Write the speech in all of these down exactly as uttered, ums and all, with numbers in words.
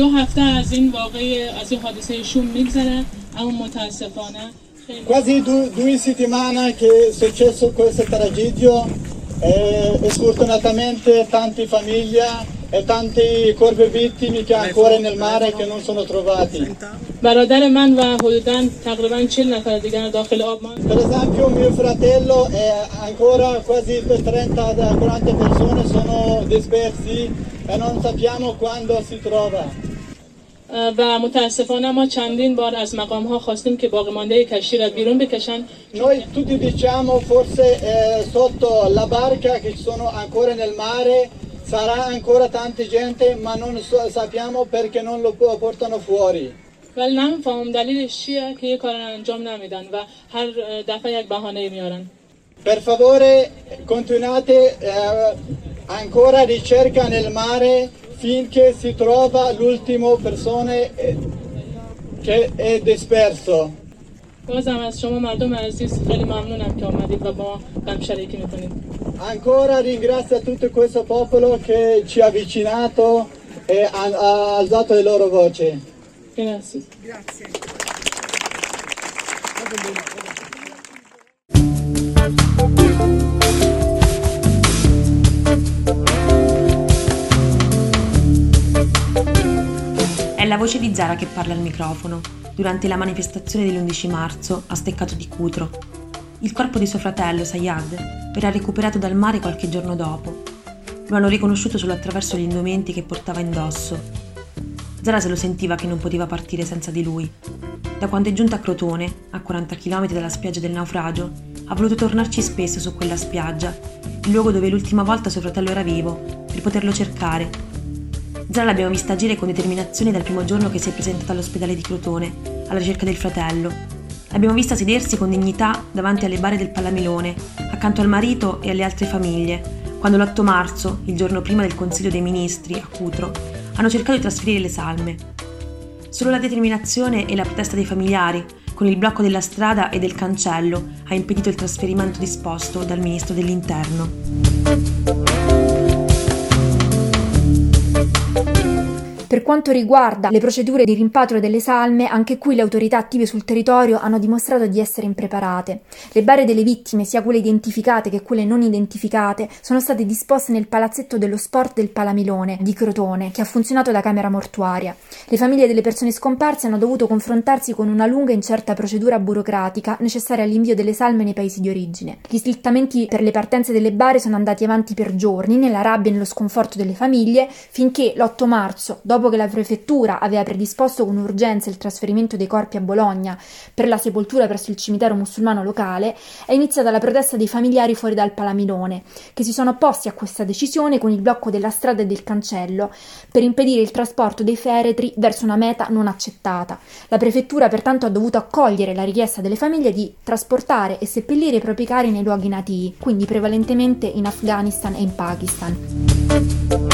دو هفته از این واقعه از این حادثه شوم میگذره اما متاسفانه quasi due, due settimane che è successo questo tragedia e sfortunatamente tante famiglie e tanti corpi vittime che ancora nel mare che non sono trovati. برادر من و حدوداً تقریباً چهل نفر دیگر داخل آب ماند. Per esempio mio fratello e ancora quasi trenta quaranta persone sono dispersi e non sappiamo quando si trova. و متاسفانه ما چندین بار از مقام ها خواستیم که باقی مانده کشتی را بیرون بکشن. Noi tutti diciamo forse eh, sotto la barca che sono ancora nel mare sarà ancora tanta gente ma non so, sappiamo perché non lo portano fuori. ولی نمیفهمم دلیلش چیه که یه کار انجام نمیدن و هر دفعه یک بهانه میارن. Per favore continuate eh, ancora ricerca nel mare finché si trova l'ultimo persone che è disperso. بازم از شما مردم عزیز خیلی ممنونم که آمدید و با ما شریکی میکنید. Ancora ringrazio tutto questo popolo che ci ha avvicinato e ha, ha alzato le loro voci. Grazie. Grazie. È la voce di Zara che parla al microfono durante la manifestazione dell'undici marzo a Steccato di Cutro. Il corpo di suo fratello, Sayad, verrà recuperato dal mare qualche giorno dopo. Lo hanno riconosciuto solo attraverso gli indumenti che portava indosso. Zara se lo sentiva che non poteva partire senza di lui. Da quando è giunta a Crotone, a quaranta chilometri dalla spiaggia del naufragio, ha voluto tornarci spesso su quella spiaggia, il luogo dove l'ultima volta suo fratello era vivo, per poterlo cercare. Zara l'abbiamo vista agire con determinazione dal primo giorno che si è presentata all'ospedale di Crotone, alla ricerca del fratello. L'abbiamo vista sedersi con dignità davanti alle bare del Palamilone, accanto al marito e alle altre famiglie, quando l'otto marzo, il giorno prima del Consiglio dei Ministri, a Cutro, hanno cercato di trasferire le salme. Solo la determinazione e la protesta dei familiari, con il blocco della strada e del cancello, ha impedito il trasferimento disposto dal ministro dell'Interno. Per quanto riguarda le procedure di rimpatrio delle salme, anche qui le autorità attive sul territorio hanno dimostrato di essere impreparate. Le bare delle vittime, sia quelle identificate che quelle non identificate, sono state disposte nel palazzetto dello sport del Palamilone di Crotone, che ha funzionato da camera mortuaria. Le famiglie delle persone scomparse hanno dovuto confrontarsi con una lunga e incerta procedura burocratica necessaria all'invio delle salme nei paesi di origine. Gli slittamenti per le partenze delle bare sono andati avanti per giorni, nella rabbia e nello sconforto delle famiglie, finché l'otto marzo, dopo che la prefettura aveva predisposto con urgenza il trasferimento dei corpi a Bologna per la sepoltura presso il cimitero musulmano locale, è iniziata la protesta dei familiari fuori dal Palamilone, che si sono opposti a questa decisione con il blocco della strada e del cancello per impedire il trasporto dei feretri verso una meta non accettata. La prefettura pertanto ha dovuto accogliere la richiesta delle famiglie di trasportare e seppellire i propri cari nei luoghi natii, quindi prevalentemente in Afghanistan e in Pakistan.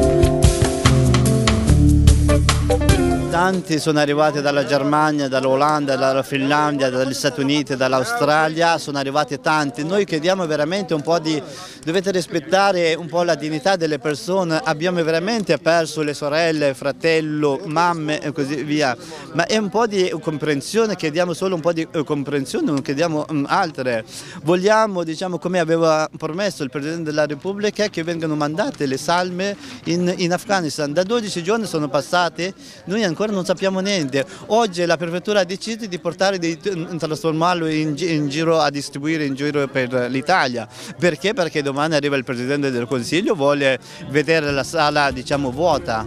Tanti sono arrivati dalla Germania, dall'Olanda, dalla Finlandia, dagli Stati Uniti, dall'Australia, sono arrivati tanti. Noi chiediamo veramente un po' di, dovete rispettare un po' la dignità delle persone, abbiamo veramente perso le sorelle, fratello, mamme e così via, ma è un po' di comprensione, chiediamo solo un po' di comprensione, non chiediamo altre. Vogliamo, diciamo, come aveva promesso il Presidente della Repubblica, che vengano mandate le salme in, in Afghanistan. Da dodici giorni sono passati, noi ancora non sappiamo niente. Oggi la prefettura ha deciso di portare, di trasformarlo in, in giro, a distribuire in giro per l'Italia. Perché? Perché domani arriva il Presidente del Consiglio, vuole vedere la sala, diciamo, vuota.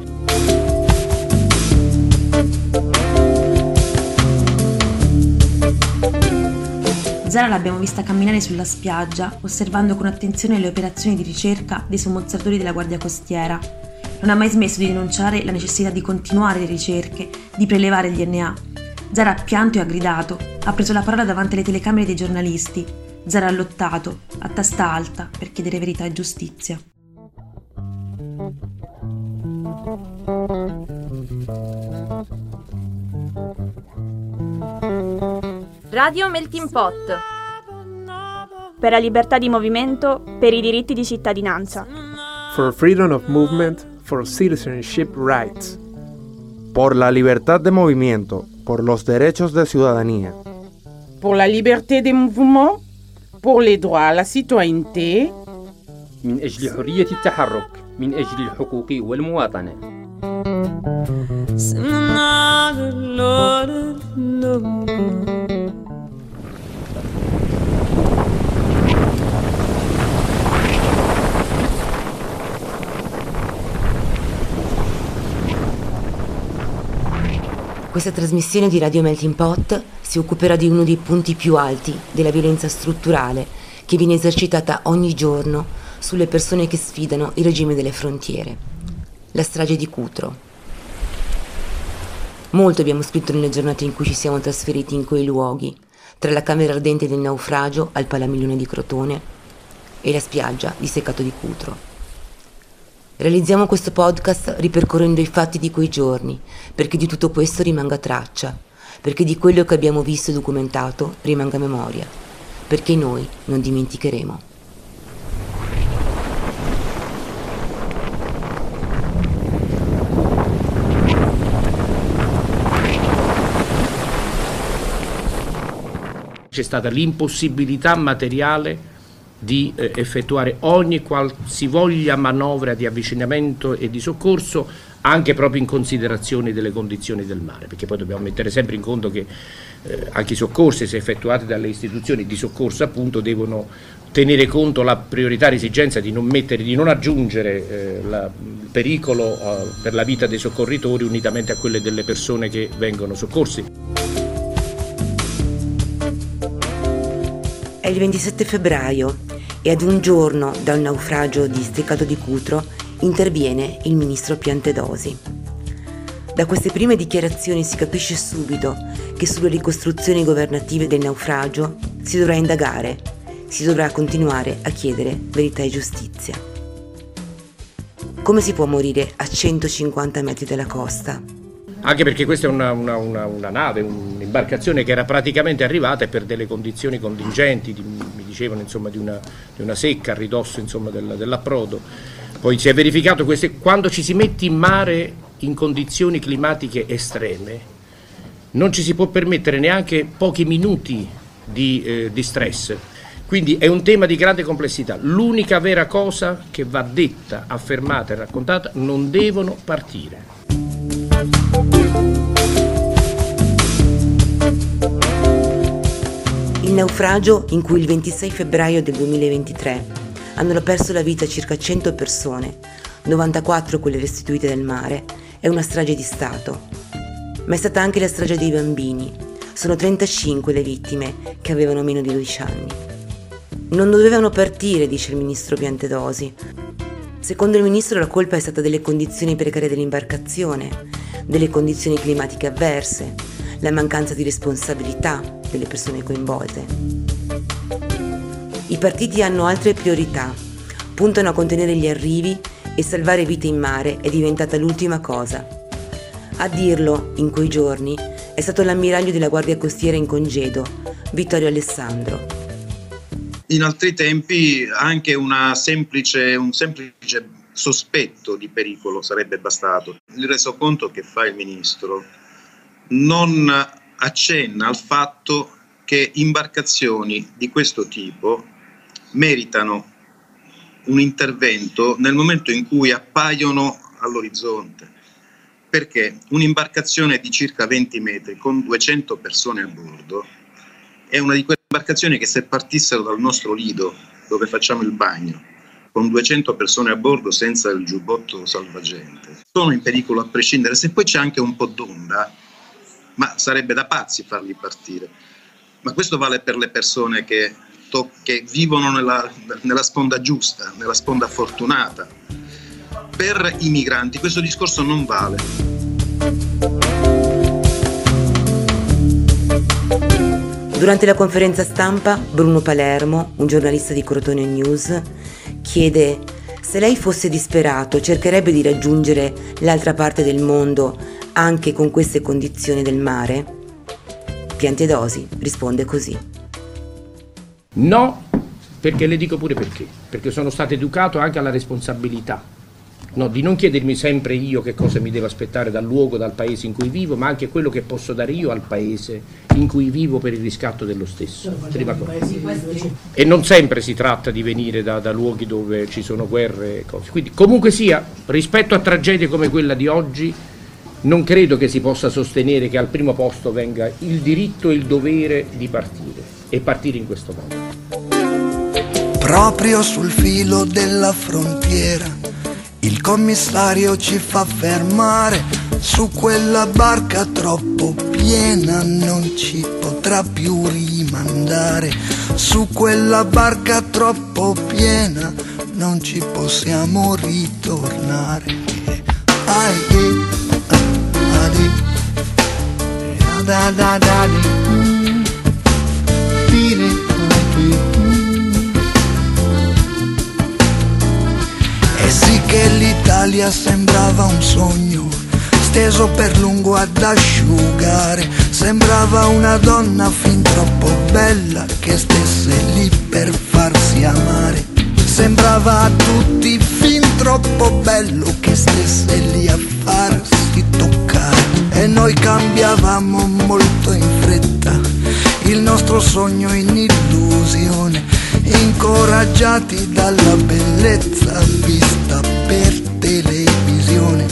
Zara l'abbiamo vista camminare sulla spiaggia, osservando con attenzione le operazioni di ricerca dei sommozzatori della Guardia Costiera. Non ha mai smesso di denunciare la necessità di continuare le ricerche, di prelevare il D N A. Zara ha pianto e ha gridato, ha preso la parola davanti alle telecamere dei giornalisti. Zara ha lottato, a testa alta, per chiedere verità e giustizia. Radio Melting Pot. Per la libertà di movimento, per i diritti di cittadinanza. For freedom of movement, for citizenship rights. por la libertad de movimiento, por los derechos de ciudadanía, pour la liberté des mouvements, pour les droits à la citoyenneté, من أجل حرية التحرك، من أجل الحقوق والمواطنة. Questa trasmissione di Radio Melting Pot si occuperà di uno dei punti più alti della violenza strutturale che viene esercitata ogni giorno sulle persone che sfidano il regime delle frontiere, la strage di Cutro. Molto abbiamo scritto nelle giornate in cui ci siamo trasferiti in quei luoghi, tra la camera ardente del naufragio al Palamilione di Crotone e la spiaggia di Steccato di Cutro. Realizziamo questo podcast ripercorrendo i fatti di quei giorni, perché di tutto questo rimanga traccia, perché di quello che abbiamo visto e documentato rimanga memoria, perché noi non dimenticheremo. C'è stata l'impossibilità materiale di eh, effettuare ogni qualsivoglia manovra di avvicinamento e di soccorso, anche proprio in considerazione delle condizioni del mare, perché poi dobbiamo mettere sempre in conto che eh, anche i soccorsi, se effettuati dalle istituzioni di soccorso appunto, devono tenere conto la prioritaria esigenza di non mettere, di non aggiungere eh, la, il pericolo eh, per la vita dei soccorritori unitamente a quelle delle persone che vengono soccorsi. È il ventisette febbraio e ad un giorno dal naufragio di Steccato di Cutro interviene il ministro Piantedosi. Da queste prime dichiarazioni si capisce subito che sulle ricostruzioni governative del naufragio si dovrà indagare, si dovrà continuare a chiedere verità e giustizia. Come si può morire a centocinquanta metri dalla costa? Anche perché questa è una, una, una, una nave, un'imbarcazione che era praticamente arrivata e per delle condizioni contingenti, di, mi dicevano insomma di una, di una secca a ridosso insomma del, dell'approdo. Poi si è verificato queste, quando ci si mette in mare in condizioni climatiche estreme, non ci si può permettere neanche pochi minuti di, eh, di stress. Quindi è un tema di grande complessità. L'unica vera cosa che va detta, affermata e raccontata: non devono partire. Il naufragio in cui il ventisei febbraio del duemilaventitré hanno perso la vita circa cento persone, novantaquattro quelle restituite dal mare, è una strage di Stato. Ma è stata anche la strage dei bambini. Sono trentacinque le vittime che avevano meno di dodici anni. Non dovevano partire, dice il ministro Piantedosi. Secondo il ministro la colpa è stata delle condizioni precarie dell'imbarcazione, delle condizioni climatiche avverse, la mancanza di responsabilità delle persone coinvolte. I partiti hanno altre priorità, puntano a contenere gli arrivi e salvare vite in mare è diventata l'ultima cosa. A dirlo, in quei giorni, è stato l'ammiraglio della Guardia Costiera in congedo, Vittorio Alessandro. In altri tempi anche una semplice, un semplice sospetto di pericolo sarebbe bastato. Il resoconto che fa il ministro non accenna al fatto che imbarcazioni di questo tipo meritano un intervento nel momento in cui appaiono all'orizzonte, perché un'imbarcazione di circa venti metri con duecento persone a bordo è una di quelle imbarcazioni che se partissero dal nostro lido dove facciamo il bagno con duecento persone a bordo senza il giubbotto salvagente sono in pericolo a prescindere. Se poi c'è anche un po' d'onda, ma sarebbe da pazzi farli partire. Ma questo vale per le persone che, to- che vivono nella, nella sponda giusta, nella sponda fortunata. Per i migranti questo discorso non vale. Durante la conferenza stampa, Bruno Palermo, un giornalista di Crotone News, chiede: se lei fosse disperato, cercherebbe di raggiungere l'altra parte del mondo anche con queste condizioni del mare? Piantedosi risponde così: no, perché le dico pure perché. Perché sono stato educato anche alla responsabilità no, di non chiedermi sempre io che cosa mi devo aspettare dal luogo, dal paese in cui vivo, ma anche quello che posso dare io al paese in cui vivo per il riscatto dello stesso. Prima cosa. E non sempre si tratta di venire da, da luoghi dove ci sono guerre e cose. Quindi comunque sia, rispetto a tragedie come quella di oggi, non credo che si possa sostenere che al primo posto venga il diritto e il dovere di partire, e partire in questo modo. Proprio sul filo della frontiera, il commissario ci fa fermare. Su quella barca troppo piena non ci potrà più rimandare. Su quella barca troppo piena non ci possiamo ritornare. Ai, da da da E sì che l'Italia sembrava un sogno steso per lungo ad asciugare. Sembrava una donna fin troppo bella che stesse lì per farsi amare. Sembrava a tutti fin troppo bello che stesse lì a farsi toccare. E noi cambiavamo molto in fretta il nostro sogno in illusione, incoraggiati dalla bellezza vista per televisione,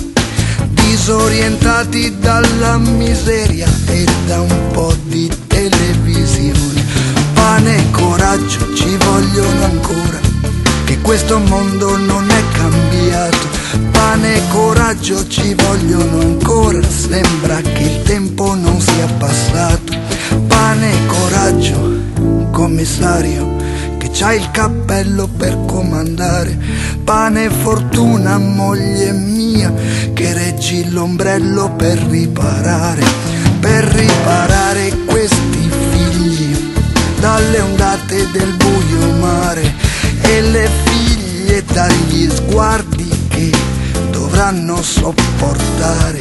disorientati dalla miseria e da un po' di televisione. Pane e coraggio ci vogliono ancora, che questo mondo non è cambiato. Pane e coraggio ci vogliono ancora, sembra che il tempo non sia passato. Pane e coraggio, commissario, che c'hai il cappello per comandare. Pane e fortuna, moglie mia, che reggi l'ombrello per riparare, per riparare questi figli dalle ondate del buio mare, e le figlie dagli sguardi che dovranno sopportare,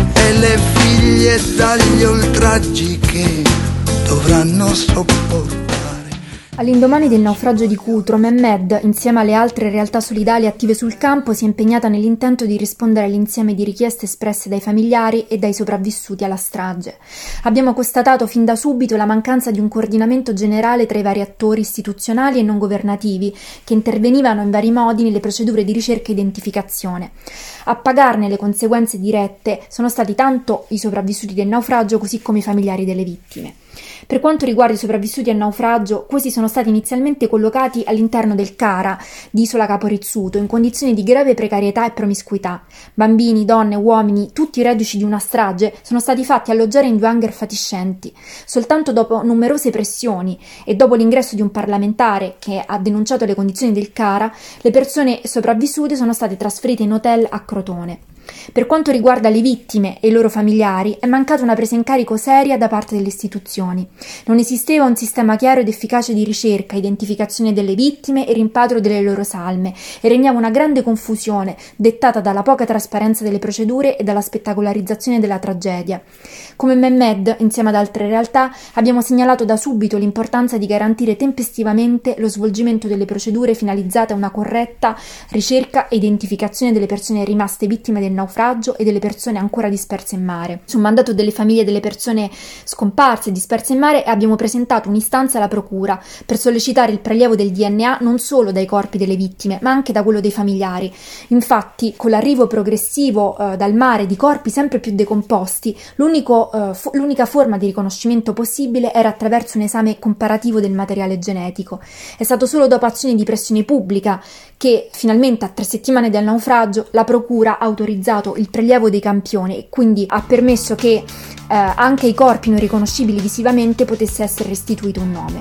e le figlie dagli oltraggi che dovranno sopportare. All'indomani del naufragio di Cutro, Mehmed, insieme alle altre realtà solidali attive sul campo, si è impegnata nell'intento di rispondere all'insieme di richieste espresse dai familiari e dai sopravvissuti alla strage. Abbiamo constatato fin da subito la mancanza di un coordinamento generale tra i vari attori istituzionali e non governativi che intervenivano in vari modi nelle procedure di ricerca e identificazione. A pagarne le conseguenze dirette sono stati tanto i sopravvissuti del naufragio così come i familiari delle vittime. Per quanto riguarda i sopravvissuti al naufragio, questi sono stati inizialmente collocati all'interno del CARA di Isola Capo Rizzuto in condizioni di grave precarietà e promiscuità. Bambini, donne, uomini, tutti i reduci di una strage, sono stati fatti alloggiare in due hangar fatiscenti. Soltanto dopo numerose pressioni e dopo l'ingresso di un parlamentare che ha denunciato le condizioni del CARA, le persone sopravvissute sono state trasferite in hotel a Crotone. Per quanto riguarda le vittime e i loro familiari, è mancata una presa in carico seria da parte delle istituzioni. Non esisteva un sistema chiaro ed efficace di ricerca, identificazione delle vittime e rimpatrio delle loro salme, e regnava una grande confusione dettata dalla poca trasparenza delle procedure e dalla spettacolarizzazione della tragedia. Come Mehmed, insieme ad altre realtà, abbiamo segnalato da subito l'importanza di garantire tempestivamente lo svolgimento delle procedure finalizzate a una corretta ricerca e identificazione delle persone rimaste vittime del naufragio e delle persone ancora disperse in mare. Su mandato delle famiglie delle persone scomparse e disperse in mare abbiamo presentato un'istanza alla procura per sollecitare il prelievo del D N A non solo dai corpi delle vittime ma anche da quello dei familiari. Infatti, con l'arrivo progressivo eh, dal mare di corpi sempre più decomposti, l'unico, eh, fu- l'unica forma di riconoscimento possibile era attraverso un esame comparativo del materiale genetico. È stato solo dopo azioni di pressione pubblica che finalmente a tre settimane dal naufragio la procura ha autorizzato il prelievo dei campioni e quindi ha permesso che eh, anche ai corpi non riconoscibili visivamente potesse essere restituito un nome.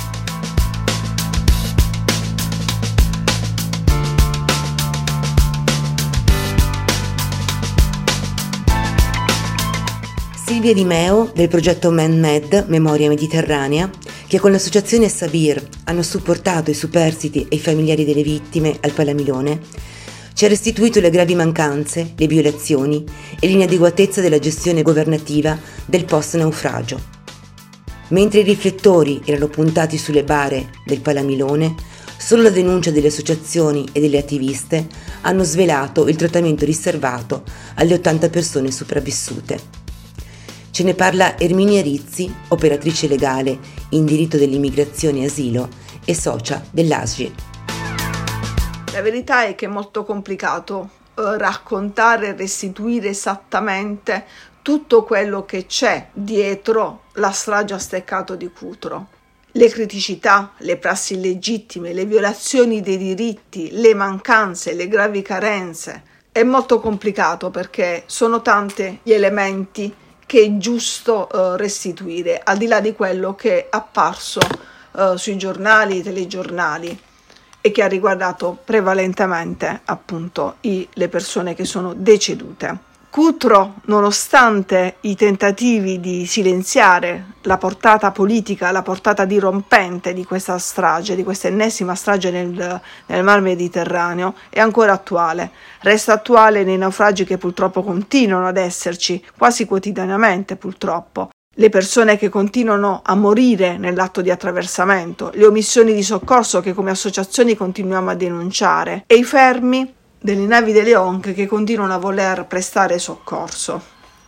Silvia Di Meo del progetto Mehmed, Memoria Mediterranea, che con l'associazione Sabir hanno supportato i superstiti e i familiari delle vittime al Palamilone, ci ha restituito le gravi mancanze, le violazioni e l'inadeguatezza della gestione governativa del post-naufragio. Mentre i riflettori erano puntati sulle bare del Palamilone, Solo la denuncia delle associazioni e delle attiviste hanno svelato il trattamento riservato alle ottanta persone sopravvissute. Ce ne parla Erminia Rizzi, operatrice legale in diritto dell'immigrazione e asilo e socia dell'A S G I. La verità è che è molto complicato eh, raccontare e restituire esattamente tutto quello che c'è dietro la strage a Steccato di Cutro. Le criticità, le prassi illegittime, le violazioni dei diritti, le mancanze, le gravi carenze. È molto complicato perché sono tanti gli elementi che è giusto eh, restituire, al di là di quello che è apparso eh, sui giornali, telegiornali, e che ha riguardato prevalentemente appunto i, le persone che sono decedute. Cutro, nonostante i tentativi di silenziare la portata politica, la portata dirompente di questa strage, di questa ennesima strage nel, nel Mar Mediterraneo, è ancora attuale. Resta attuale nei naufragi che purtroppo continuano ad esserci, quasi quotidianamente purtroppo. Le persone che continuano a morire nell'atto di attraversamento, le omissioni di soccorso che come associazioni continuiamo a denunciare e i fermi delle navi delle O N G che continuano a voler prestare soccorso.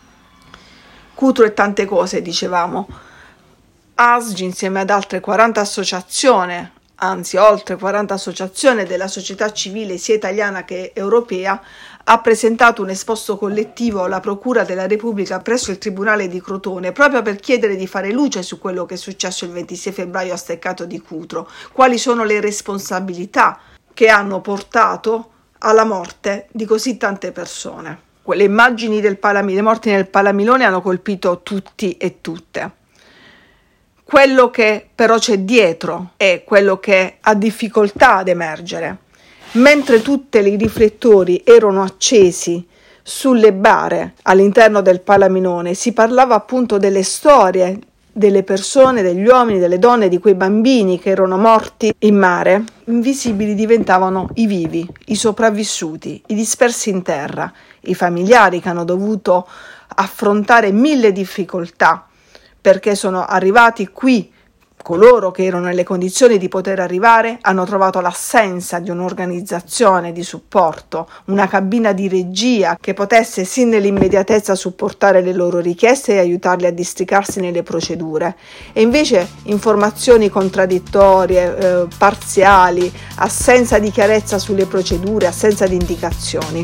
Cutro e tante cose, dicevamo. A S G I insieme ad altre quaranta associazioni, anzi oltre quaranta associazioni della società civile sia italiana che europea, ha presentato un esposto collettivo alla Procura della Repubblica presso il Tribunale di Crotone proprio per chiedere di fare luce su quello che è successo il ventisei febbraio a Steccato di Cutro, quali sono le responsabilità che hanno portato alla morte di così tante persone. Quelle immagini del Palamilone, le morti nel Palamilone hanno colpito tutti e tutte. Quello che però c'è dietro è quello che ha difficoltà ad emergere. Mentre tutti i riflettori erano accesi sulle bare all'interno del Palamilone, si parlava appunto delle storie delle persone, degli uomini, delle donne, di quei bambini che erano morti in mare. Invisibili diventavano i vivi, i sopravvissuti, i dispersi in terra, i familiari che hanno dovuto affrontare mille difficoltà perché sono arrivati qui. Coloro che erano nelle condizioni di poter arrivare hanno trovato l'assenza di un'organizzazione di supporto, una cabina di regia che potesse sin nell'immediatezza supportare le loro richieste e aiutarli a districarsi nelle procedure. E invece informazioni contraddittorie, eh, parziali, assenza di chiarezza sulle procedure, assenza di indicazioni.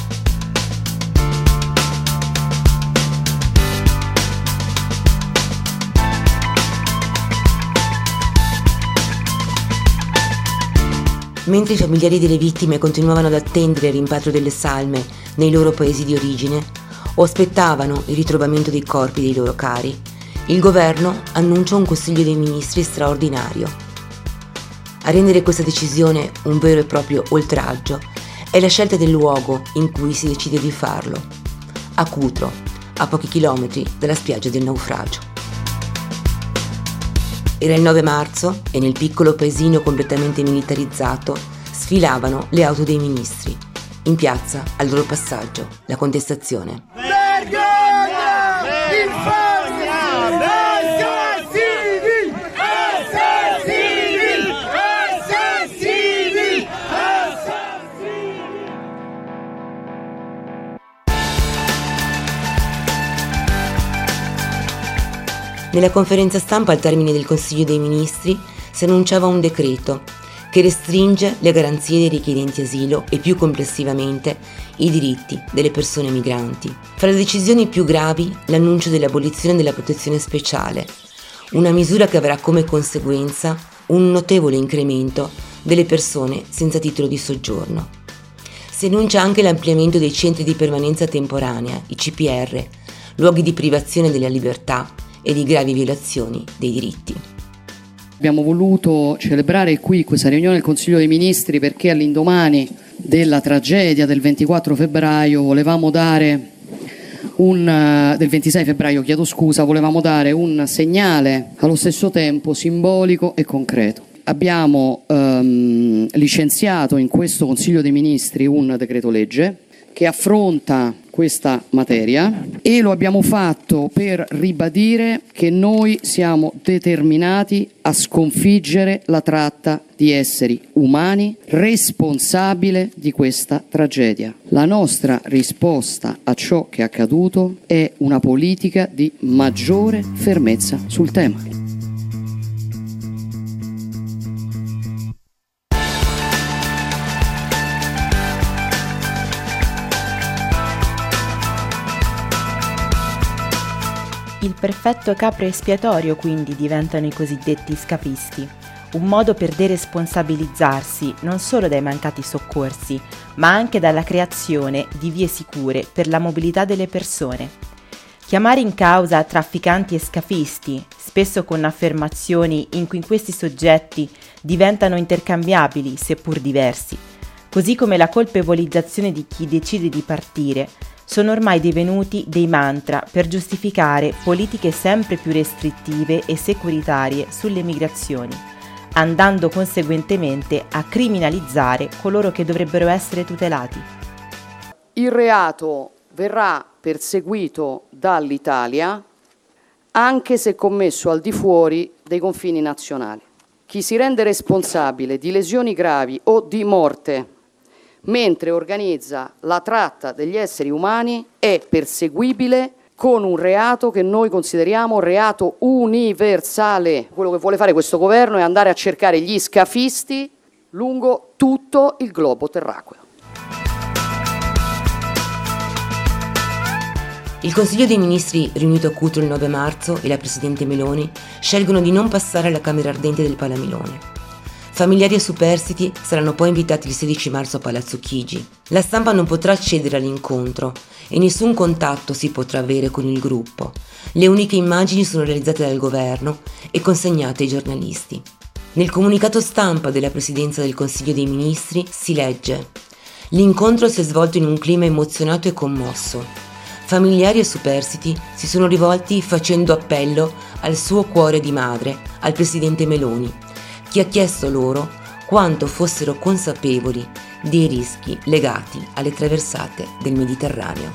Mentre i familiari delle vittime continuavano ad attendere il rimpatrio delle salme nei loro paesi di origine o aspettavano il ritrovamento dei corpi dei loro cari, il governo annuncia un Consiglio dei Ministri straordinario. A rendere questa decisione un vero e proprio oltraggio è la scelta del luogo in cui si decide di farlo, a Cutro, a pochi chilometri dalla spiaggia del naufragio. Era il nove marzo e nel piccolo paesino completamente militarizzato sfilavano le auto dei ministri. In piazza, al loro passaggio, la contestazione. Vergogna! Infamia! Assassini! Assassini! Assassini! Nella conferenza stampa al termine del Consiglio dei Ministri si annunciava un decreto che restringe le garanzie dei richiedenti asilo e più complessivamente i diritti delle persone migranti. Fra le decisioni più gravi l'annuncio dell'abolizione della protezione speciale, una misura che avrà come conseguenza un notevole incremento delle persone senza titolo di soggiorno. Si annuncia anche l'ampliamento dei centri di permanenza temporanea, i C P R, luoghi di privazione della libertà e di gravi violazioni dei diritti. Abbiamo voluto celebrare qui questa riunione del Consiglio dei Ministri perché all'indomani della tragedia del ventiquattro febbraio volevamo dare un del ventisei febbraio, chiedo scusa, volevamo dare un segnale allo stesso tempo simbolico e concreto. Abbiamo ehm, licenziato in questo Consiglio dei Ministri un decreto legge che affronta questa materia e lo abbiamo fatto per ribadire che noi siamo determinati a sconfiggere la tratta di esseri umani responsabile di questa tragedia. La nostra risposta a ciò che è accaduto è una politica di maggiore fermezza sul tema. Il perfetto capro espiatorio quindi diventano i cosiddetti scafisti, un modo per deresponsabilizzarsi non solo dai mancati soccorsi, ma anche dalla creazione di vie sicure per la mobilità delle persone. Chiamare in causa trafficanti e scafisti, spesso con affermazioni in cui questi soggetti diventano intercambiabili seppur diversi, così come la colpevolizzazione di chi decide di partire, sono ormai divenuti dei mantra per giustificare politiche sempre più restrittive e securitarie sulle migrazioni, andando conseguentemente a criminalizzare coloro che dovrebbero essere tutelati. Il reato verrà perseguito dall'Italia anche se commesso al di fuori dei confini nazionali. Chi si rende responsabile di lesioni gravi o di morte mentre organizza la tratta degli esseri umani è perseguibile con un reato che noi consideriamo reato universale. Quello che vuole fare questo governo è andare a cercare gli scafisti lungo tutto il globo terracqueo. Il Consiglio dei Ministri riunito a Cutro il nove marzo e la Presidente Meloni scelgono di non passare alla Camera Ardente del Palamilone. Familiari e superstiti saranno poi invitati il sedici marzo a Palazzo Chigi. La stampa non potrà accedere all'incontro e nessun contatto si potrà avere con il gruppo. Le uniche immagini sono realizzate dal governo e consegnate ai giornalisti. Nel comunicato stampa della Presidenza del Consiglio dei Ministri si legge: l'incontro si è svolto in un clima emozionato e commosso. Familiari e superstiti si sono rivolti facendo appello al suo cuore di madre, al Presidente Meloni, che ha chiesto loro quanto fossero consapevoli dei rischi legati alle traversate del Mediterraneo.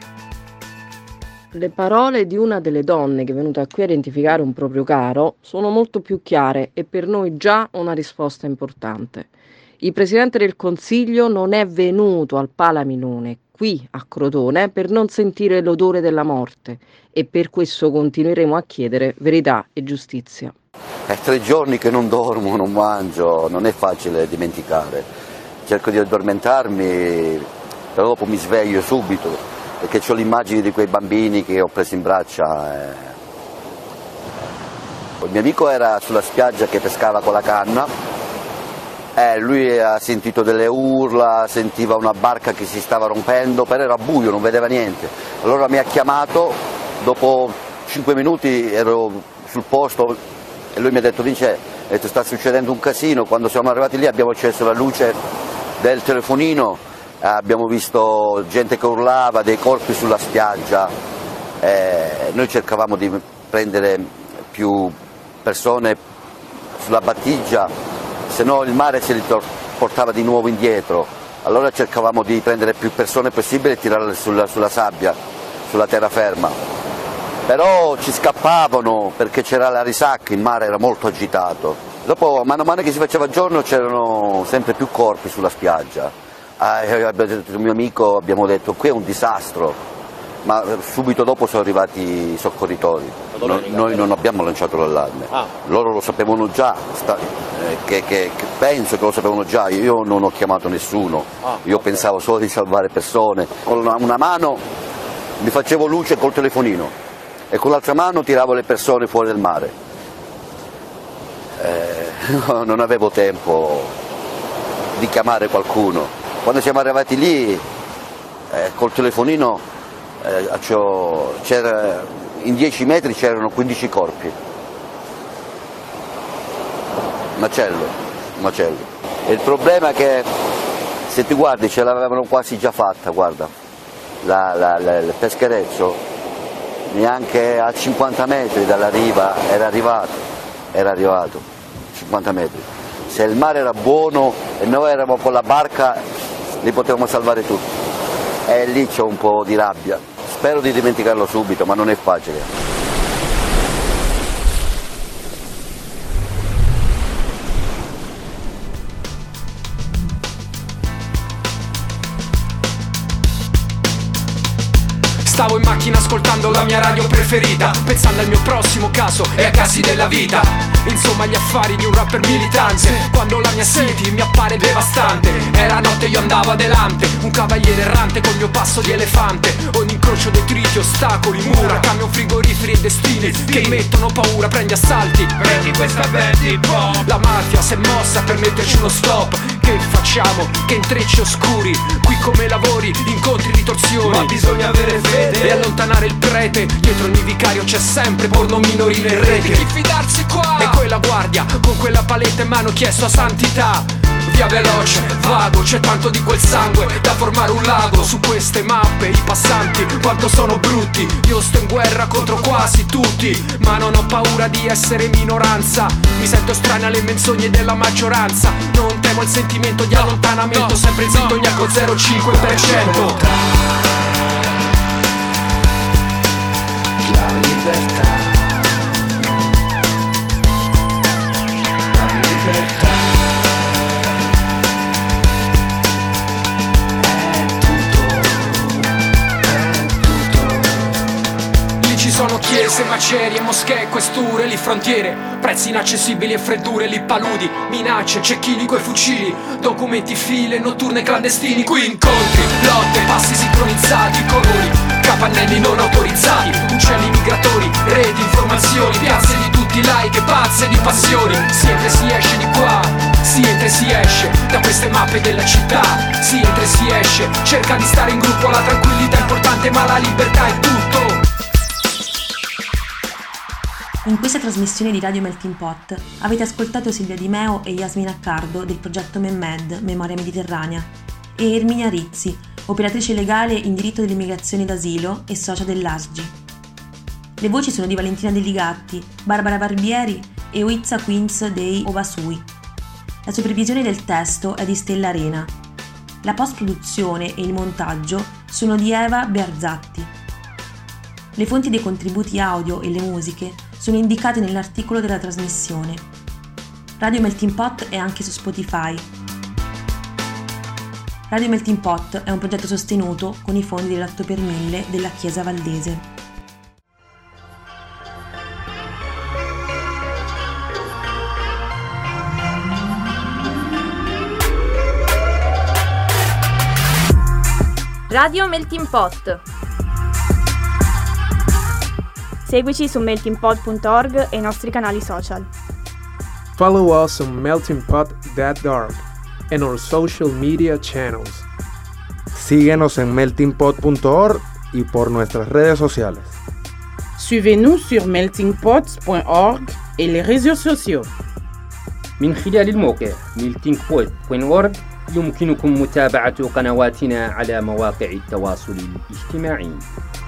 Le parole di una delle donne che è venuta qui a identificare un proprio caro sono molto più chiare e per noi già una risposta importante. Il Presidente del Consiglio non è venuto al Palamilone, qui a Crotone, per non sentire l'odore della morte e per questo continueremo a chiedere verità e giustizia. È tre giorni che non dormo, non mangio, non è facile dimenticare. Cerco di addormentarmi, però dopo mi sveglio subito, perché ho l'immagine di quei bambini che ho preso in braccia. Il mio amico era sulla spiaggia che pescava con la canna, eh, lui ha sentito delle urla, sentiva una barca che si stava rompendo, però era buio, non vedeva niente. Allora mi ha chiamato, dopo cinque minuti ero sul posto, e lui mi ha detto: Vince, sta succedendo un casino. Quando siamo arrivati lì abbiamo acceso la luce del telefonino, abbiamo visto gente che urlava, dei corpi sulla spiaggia, eh, noi cercavamo di prendere più persone sulla battigia, se no il mare se li portava di nuovo indietro. Allora cercavamo di prendere più persone possibile e tirarle sulla, sulla sabbia, sulla terraferma. Però ci scappavano perché c'era la risacca, il mare era molto agitato. Dopo, mano a mano che si faceva giorno, c'erano sempre più corpi sulla spiaggia. Ah, il mio amico, abbiamo detto: qui è un disastro, ma subito dopo sono arrivati i soccorritori. No, noi non abbiamo lanciato l'allarme, ah. Loro lo sapevano già, sta, eh, che, che, che penso che lo sapevano già, io non ho chiamato nessuno, ah, io okay. Pensavo solo di salvare persone. Con una, una mano mi facevo luce col telefonino e con l'altra mano tiravo le persone fuori del mare. Eh, no, non avevo tempo di chiamare qualcuno. Quando siamo arrivati lì, eh, col telefonino, eh, c'era, in dieci metri c'erano quindici corpi. Macello, macello. E il problema è che, se ti guardi, ce l'avevano quasi già fatta, guarda, la, la, la, il peschereccio. Neanche a cinquanta metri dalla riva era arrivato, era arrivato, cinquanta metri. Se il mare era buono e noi eravamo con la barca, li potevamo salvare tutti. e lì c'ho un po' di rabbia. Spero di dimenticarlo subito, ma non è facile. Stavo in macchina ascoltando la mia radio preferita, pensando al mio prossimo caso e a casi della vita. Insomma gli affari di un rapper militante, quando la mia city mi appare devastante. Era notte, io andavo adelante, un cavaliere errante col mio passo di elefante. Ogni incrocio detriti, ostacoli, mura, camion, frigoriferi e destini che mettono paura. Prendi assalti, prendi questa Betty Pop. La mafia si è mossa per metterci uno stop. Che facciamo? Che intrecci oscuri. Qui come lavori, incontri, ritorsioni. Ma bisogna avere fede e allontanare il prete. Dietro ogni vicario c'è sempre porno minorile in rete. Chi fidarsi qua? E quella guardia con quella paletta in mano chiesto a santità. Via veloce, vago, c'è tanto di quel sangue da formare un lago. Su queste mappe i passanti quanto sono brutti. Io sto in guerra contro quasi tutti, ma non ho paura di essere minoranza. Mi sento strana alle menzogne della maggioranza. Non temo il sentimento di allontanamento, no, sempre in sintonia con zero virgola cinque per cento. La libertà, la libertà. Sono chiese, macerie, moschee, questure, lì frontiere, prezzi inaccessibili e freddure, lì paludi, minacce, cecchini coi fucili, documenti, file, notturne clandestini, qui incontri, lotte, passi sincronizzati, colori, capannelli non autorizzati, uccelli migratori, reti, informazioni, piazze di tutti i like, pazze di passioni, si entra e si esce di qua, si entra e si esce da queste mappe della città, si entra e si esce, cerca di stare in gruppo, la tranquillità è importante ma la libertà è tutto. In questa trasmissione di Radio Melting Pot avete ascoltato Silvia Di Meo e Yasmin Accardo del progetto MEMMED, Memoria Mediterranea, e Erminia Rizzi, operatrice legale in diritto dell'immigrazione d'asilo e socia dell'A S G I. Le voci sono di Valentina Delligatti, Barbara Barbieri e Uitza Queens dei Ovasui. La supervisione del testo è di Stella Arena. La post-produzione e il montaggio sono di Eva Bearzatti. Le fonti dei contributi audio e le musiche sono indicate nell'articolo della trasmissione. Radio Melting Pot è anche su Spotify. Radio Melting Pot è un progetto sostenuto con i fondi dell'otto per mille della Chiesa Valdese. Radio Melting Pot. Seguici su melting pot punto org e i nostri canali social. Follow us on melting pot punto org and our social media channels. Síguenos en melting pot punto org y por nuestras redes sociales. Suivez-nous sur melting pot point org et les réseaux sociaux. من خلال الموقع melting pot point org يمكنكم متابعة قنواتنا على مواقع التواصل الاجتماعي.